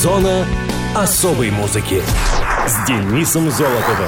Зона особой музыки с Денисом Золотовым.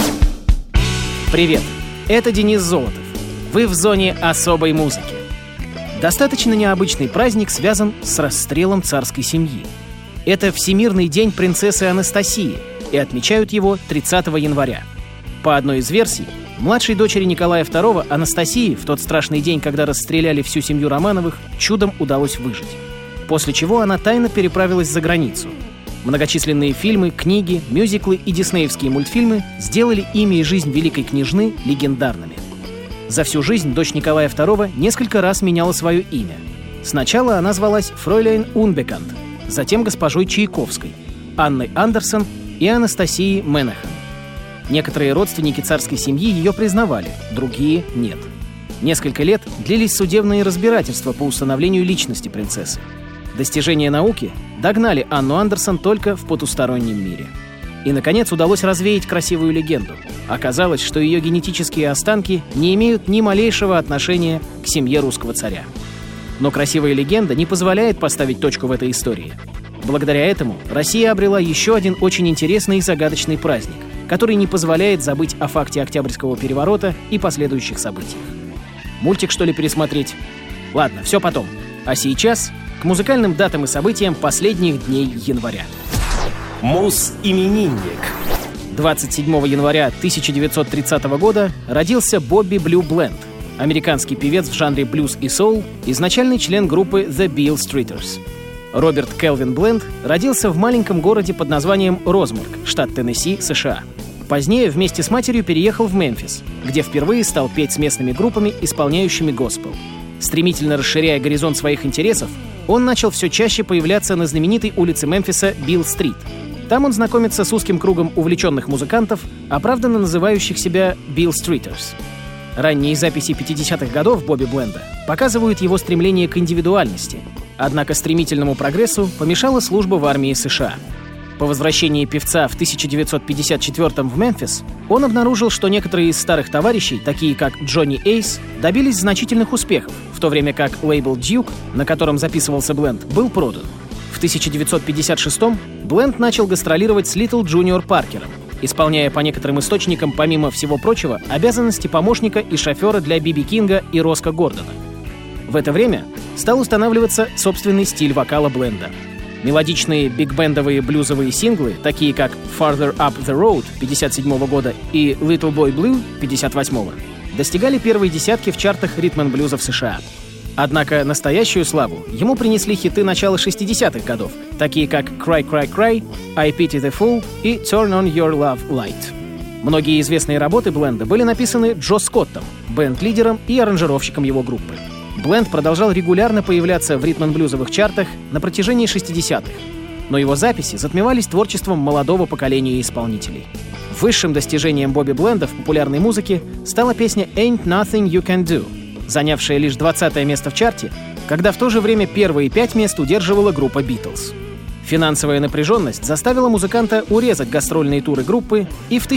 Привет, это Денис Золотов. Вы в зоне особой музыки. Достаточно необычный праздник связан с расстрелом царской семьи. Это Всемирный день принцессы Анастасии, и отмечают его 30 января. По одной из версий, младшей дочери Николая II Анастасии в тот страшный день, когда расстреляли всю семью Романовых, чудом удалось выжить. После чего она тайно переправилась за границу. Многочисленные фильмы, книги, мюзиклы и диснеевские мультфильмы сделали имя и жизнь великой княжны легендарными. За всю жизнь дочь Николая II несколько раз меняла свое имя. Сначала она звалась Фройляйн Унбекант, затем госпожой Чайковской, Анной Андерсон и Анастасией Менехан. Некоторые родственники царской семьи ее признавали, другие — нет. Несколько лет длились судебные разбирательства по установлению личности принцессы. Достижения науки догнали Анну Андерсон только в потустороннем мире. И, наконец, удалось развеять красивую легенду. Оказалось, что ее генетические останки не имеют ни малейшего отношения к семье русского царя. Но красивая легенда не позволяет поставить точку в этой истории. Благодаря этому Россия обрела еще один очень интересный и загадочный праздник, который не позволяет забыть о факте Октябрьского переворота и последующих событиях. Мультик, что ли, пересмотреть? Ладно, все потом. А сейчас к музыкальным датам и событиям последних дней января. Муз-именинник. 27 января 1930 года родился Бобби Блю Бленд, американский певец в жанре блюз и соул, изначальный член группы The Beale Streeters. Роберт Келвин Бленд родился в маленьком городе под названием Розмарк, штат Теннесси, США. Позднее вместе с матерью переехал в Мемфис, где впервые стал петь с местными группами, исполняющими госпел. Стремительно расширяя горизонт своих интересов, он начал все чаще появляться на знаменитой улице Мемфиса Билл-стрит. Там он знакомится с узким кругом увлеченных музыкантов, оправданно называющих себя Beale Streeters. Ранние записи 50-х годов Бобби Бленда показывают его стремление к индивидуальности, однако стремительному прогрессу помешала служба в армии США. По возвращении певца в 1954-м в Мемфис он обнаружил, что некоторые из старых товарищей, такие как Джонни Эйс, добились значительных успехов, в то время как лейбл Duke, на котором записывался Бленд, был продан. В 1956-м Бленд начал гастролировать с Литл Джуниор Паркером, исполняя по некоторым источникам, помимо всего прочего, обязанности помощника и шофера для Би-Би Кинга и Роско Гордона. В это время стал устанавливаться собственный стиль вокала Бленда. Мелодичные биг-бендовые блюзовые синглы, такие как «Farther Up the Road» 1957 года и «Little Boy Blue» 1958, достигали первой десятки в чартах ритм-н-блюзов США. Однако настоящую славу ему принесли хиты начала 60-х годов, такие как «Cry, Cry, Cry», «I Pity the Fool» и «Turn on Your Love Light». Многие известные работы Бленда были написаны Джо Скоттом, бенд-лидером и аранжировщиком его группы. Бленд продолжал регулярно появляться в ритм-н-блюзовых чартах на протяжении 60-х, но его записи затмевались творчеством молодого поколения исполнителей. Высшим достижением Бобби Бленда в популярной музыке стала песня «Ain't Nothing You Can Do», занявшая лишь 20-е место в чарте, когда в то же время первые 5 мест удерживала группа «Битлз». Финансовая напряженность заставила музыканта урезать гастрольные туры группы, и в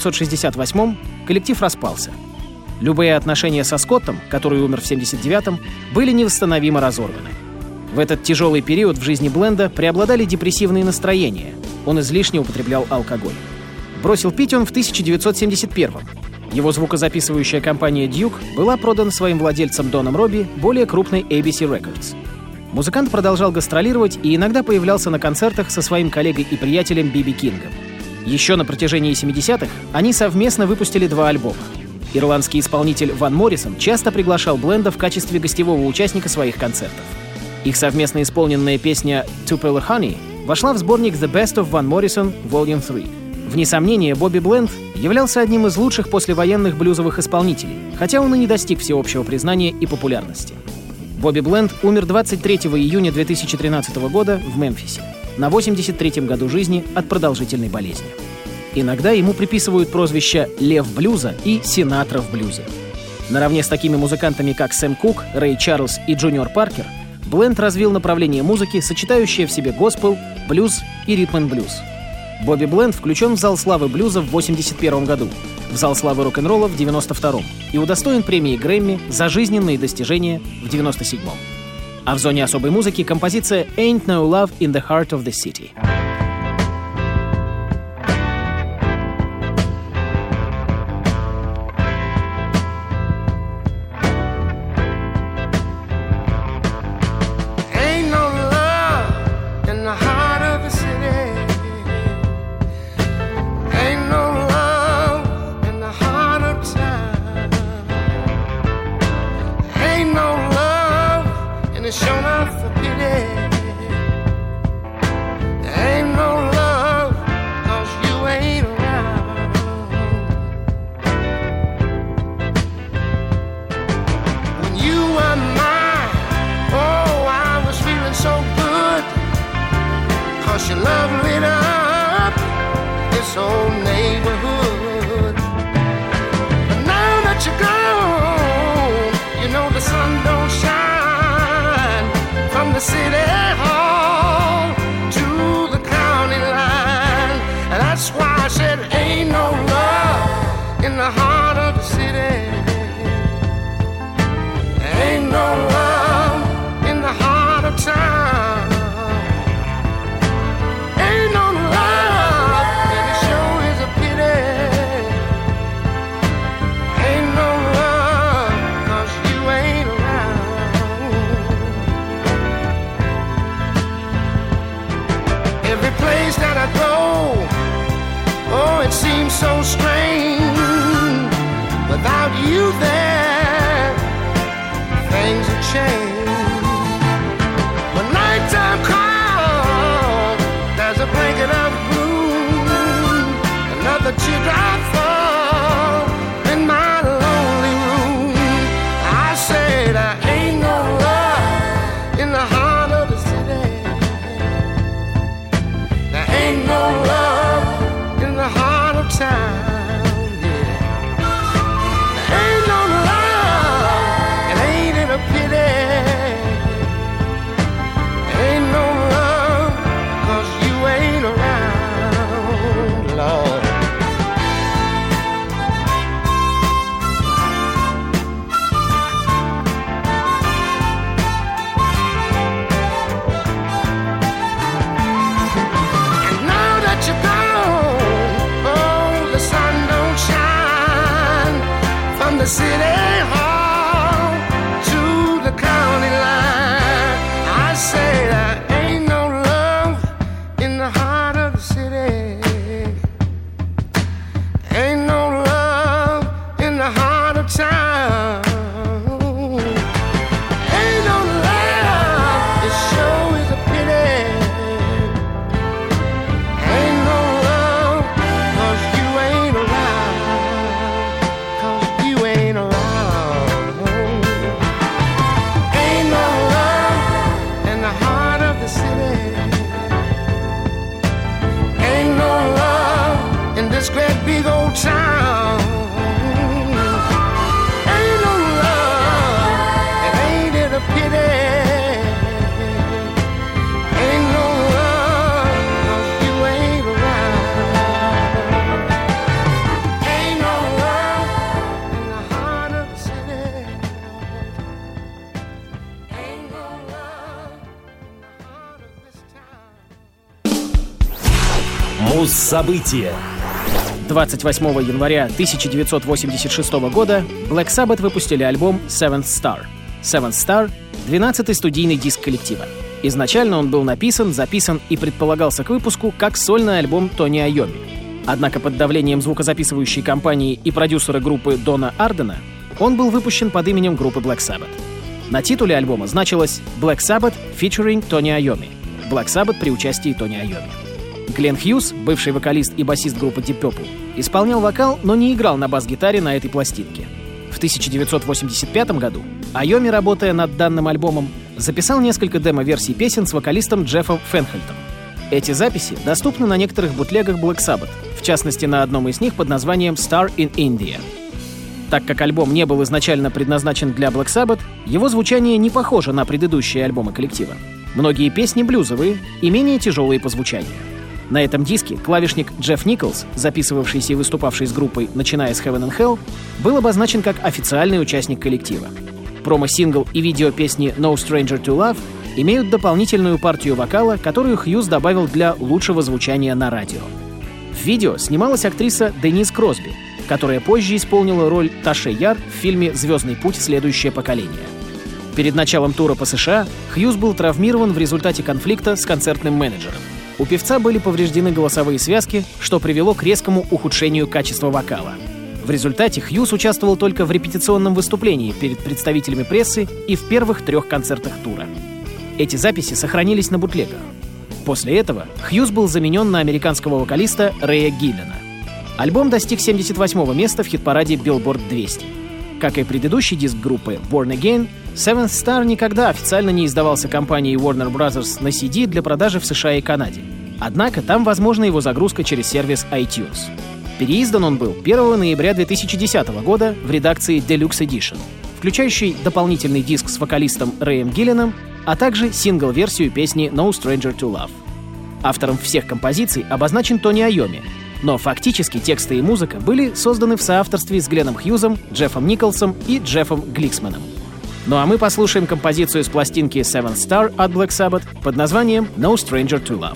1968-м коллектив распался. Любые отношения со Скоттом, который умер в 1979-м, были невосстановимо разорваны. В этот тяжелый период в жизни Бленда преобладали депрессивные настроения. Он излишне употреблял алкоголь. Бросил пить он в 1971-м. Его звукозаписывающая компания Duke была продана своим владельцем Доном Робби более крупной ABC Records. Музыкант продолжал гастролировать и иногда появлялся на концертах со своим коллегой и приятелем Би-Би Кингом. Еще на протяжении 70-х они совместно выпустили 2 альбома. Ирландский исполнитель Ван Моррисон часто приглашал Бленда в качестве гостевого участника своих концертов. Их совместно исполненная песня «Tupelo Honey» вошла в сборник «The Best of Van Morrison Volume 3». Вне сомнения, Бобби Бленд являлся одним из лучших послевоенных блюзовых исполнителей, хотя он и не достиг всеобщего признания и популярности. Бобби Бленд умер 23 июня 2013 года в Мемфисе, на 83-м году жизни от продолжительной болезни. Иногда ему приписывают прозвища «Лев блюза» и «Синатра в блюзе». Наравне с такими музыкантами, как Сэм Кук, Рэй Чарльз и Джуниор Паркер, Бленд развил направление музыки, сочетающее в себе госпел, блюз и ритм-н-блюз. Бобби Бленд включен в зал славы блюза в 1981 году, в зал славы рок-н-ролла в 1992 и удостоен премии Грэмми за жизненные достижения в 1997. А в зоне особой музыки композиция «Ain't No Love in the Heart of the City». Your love lit up this whole neighborhood. But now that you're gone, you know the sun don't shine from the city hall to the county line. And that's why I said ain't no love in the heart of the city. Ain't no love in the heart of town. Seems so strange without you there. Things have changed. When nighttime comes, there's a blanket of gloom. Another teardrop falls in my lonely room. I say there ain't no love in the heart of the city. There ain't no love in the heart of town, yeah. There ain't no love, and ain't it a pity? There ain't no love, 'cause you ain't around, Lord. And now that you're gone, the city hall to the county line. I say there ain't no love in the heart of the city. Ain't no love in the heart of town. Ain't no love, it sure is a pity. Ain't no love, 'cause you ain't around. This great big old town. Ain't no love, and ain't it a pity? Ain't no love, 'cause you ain't around. Ain't no love in the heart of the city. Ain't no love in the heart of this town. Муз-события. 28 января 1986 года Black Sabbath выпустили альбом Seventh Star. Seventh Star — 12-й студийный диск коллектива. Изначально он был написан, записан и предполагался к выпуску как сольный альбом Тони Айоми. Однако под давлением звукозаписывающей компании и продюсера группы Дона Ардена он был выпущен под именем группы Black Sabbath. На титуле альбома значилось Black Sabbath featuring Тони Айоми. Black Sabbath при участии Тони Айоми. Глен Хьюз, бывший вокалист и басист группы Deep Purple, исполнял вокал, но не играл на бас-гитаре на этой пластинке. В 1985 году Айоми, работая над данным альбомом, записал несколько демо-версий песен с вокалистом Джеффом Фенхельтом. Эти записи доступны на некоторых бутлегах Black Sabbath, в частности на одном из них под названием «Star in India». Так как альбом не был изначально предназначен для Black Sabbath, его звучание не похоже на предыдущие альбомы коллектива. Многие песни блюзовые и менее тяжелые по звучанию. На этом диске клавишник Джефф Николс, записывавшийся и выступавший с группой, начиная с Heaven and Hell, был обозначен как официальный участник коллектива. Промо-сингл и видео песни «No Stranger to Love» имеют дополнительную партию вокала, которую Хьюз добавил для лучшего звучания на радио. В видео снималась актриса Денис Кросби, которая позже исполнила роль Таше Яр в фильме «Звездный путь. Следующее поколение». Перед началом тура по США Хьюз был травмирован в результате конфликта с концертным менеджером. У певца были повреждены голосовые связки, что привело к резкому ухудшению качества вокала. В результате Хьюз участвовал только в репетиционном выступлении перед представителями прессы и в первых 3 концертах тура. Эти записи сохранились на бутлегах. После этого Хьюз был заменен на американского вокалиста Рэя Гиллена. Альбом достиг 78-го места в хит-параде Billboard 200. Как и предыдущий диск группы Born Again, Seventh Star никогда официально не издавался компанией Warner Bros. На CD для продажи в США и Канаде. Однако там возможна его загрузка через сервис iTunes. Переиздан он был 1 ноября 2010 года в редакции Deluxe Edition, включающий дополнительный диск с вокалистом Рэем Гилленом, а также сингл-версию песни «No Stranger to Love». Автором всех композиций обозначен Тони Айоми, но фактически тексты и музыка были созданы в соавторстве с Гленном Хьюзом, Джеффом Николсом и Джеффом Гликсманом. Ну а мы послушаем композицию с пластинки Seventh Star от Black Sabbath под названием «No Stranger to Love».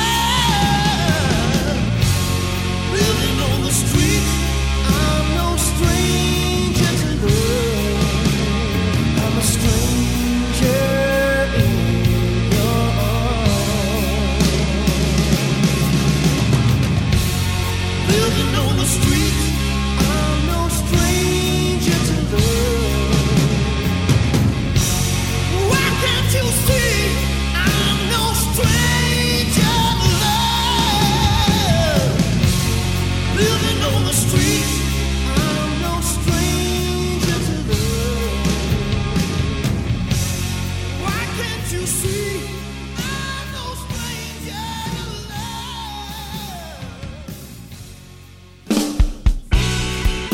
Living on the street, I'm no stranger.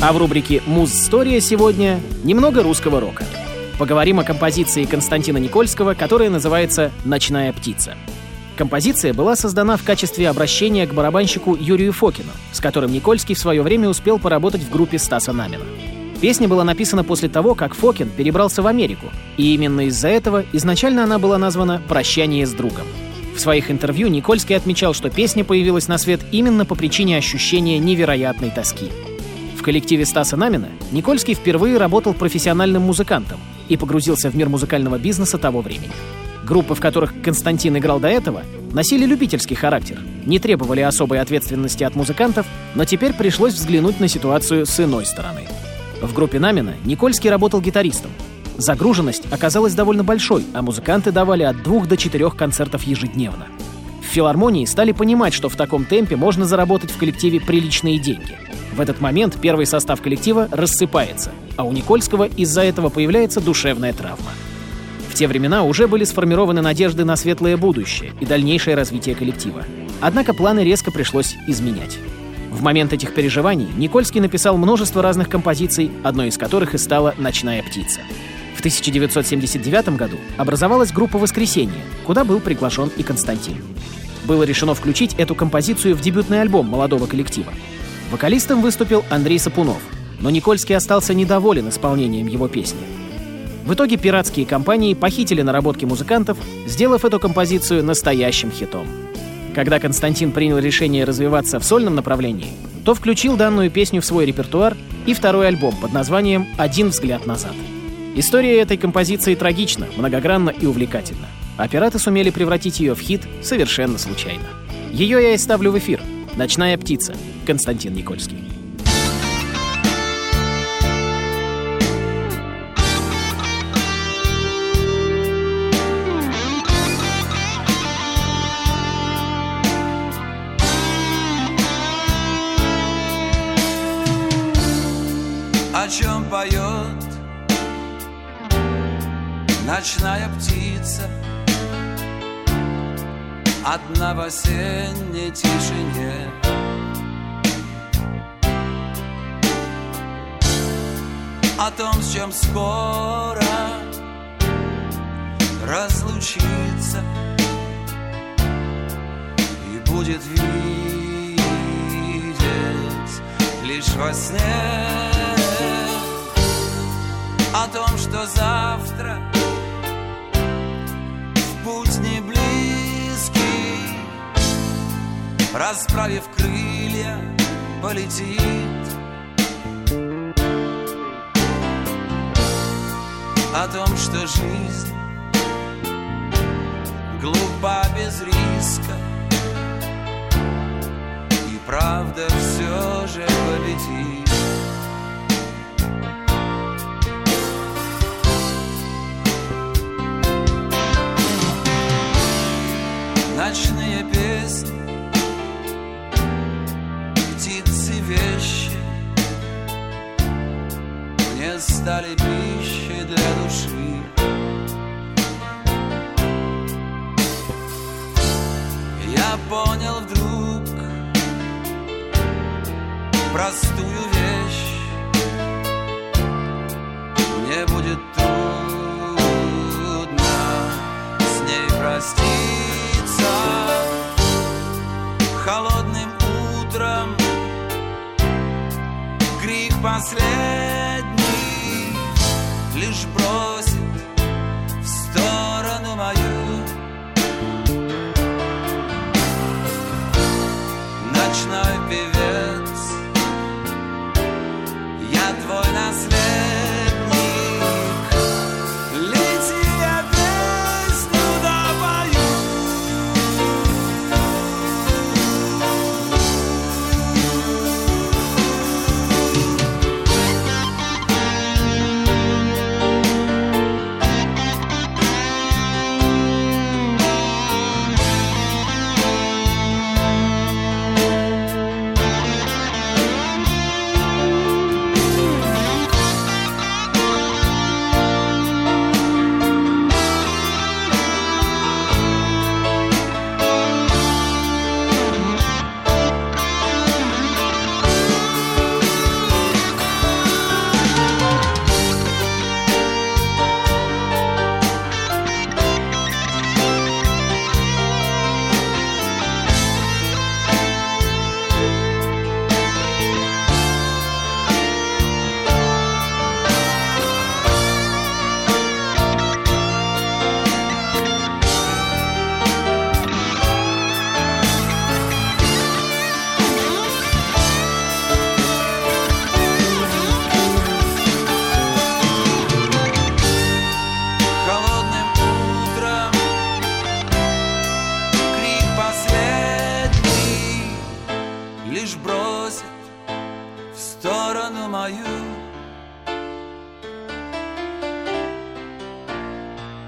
А в рубрике «Муз-история» сегодня немного русского рока. Поговорим о композиции Константина Никольского, которая называется «Ночная птица». Композиция была создана в качестве обращения к барабанщику Юрию Фокину, с которым Никольский в свое время успел поработать в группе Стаса Намина. Песня была написана после того, как Фокин перебрался в Америку, и именно из-за этого изначально она была названа «Прощание с другом». В своих интервью Никольский отмечал, что песня появилась на свет именно по причине ощущения невероятной тоски. В коллективе Стаса Намина Никольский впервые работал профессиональным музыкантом и погрузился в мир музыкального бизнеса того времени. Группы, в которых Константин играл до этого, носили любительский характер, не требовали особой ответственности от музыкантов, но теперь пришлось взглянуть на ситуацию с иной стороны. В группе Намина Никольский работал гитаристом. Загруженность оказалась довольно большой, а музыканты давали от 2 до 4 концертов ежедневно. В филармонии стали понимать, что в таком темпе можно заработать в коллективе приличные деньги. В этот момент первый состав коллектива рассыпается, а у Никольского из-за этого появляется душевная травма. В те времена уже были сформированы надежды на светлое будущее и дальнейшее развитие коллектива. Однако планы резко пришлось изменять. В момент этих переживаний Никольский написал множество разных композиций, одной из которых и стала «Ночная птица». В 1979 году образовалась группа «Воскресенье», куда был приглашен и Константин. Было решено включить эту композицию в дебютный альбом молодого коллектива. Вокалистом выступил Андрей Сапунов, но Никольский остался недоволен исполнением его песни. В итоге пиратские компании похитили наработки музыкантов, сделав эту композицию настоящим хитом. Когда Константин принял решение развиваться в сольном направлении, то включил данную песню в свой репертуар и второй альбом под названием «Один взгляд назад». История этой композиции трагична, многогранна и увлекательна, а пираты сумели превратить ее в хит совершенно случайно. Ее я и ставлю в эфир. «Ночная птица», Константин Никольский. О чем поет ночная птица, одна в осенней тишине. О том, с чем скоро разлучиться и будет видеть лишь во сне. О том, что завтра в путь не близкий, расправив крылья, полетит. О том, что жизнь глупа без риска, и правда все же победит. Ночные песни, птицы вещи мне стали пищей для души. Я понял вдруг простую вещь: мне будет трудно с ней проститься. Холодным утром крик последний лишь бросит в сторону мою. Ночной певец, я твой наследник. Лети, я песню допою.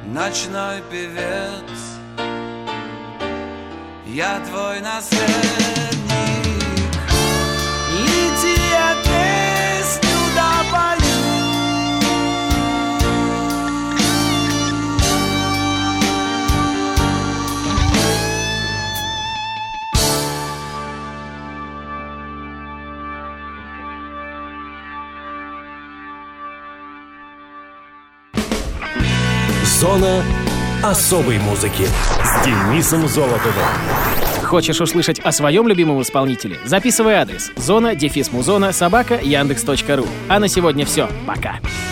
ночной певец. Я твой наследник. Лети, я песню допою. Зона особой музыки с Денисом Золотовым. Хочешь услышать о своем любимом исполнителе? Записывай адрес: zona-muzona@yandex.ru. А на сегодня все. Пока.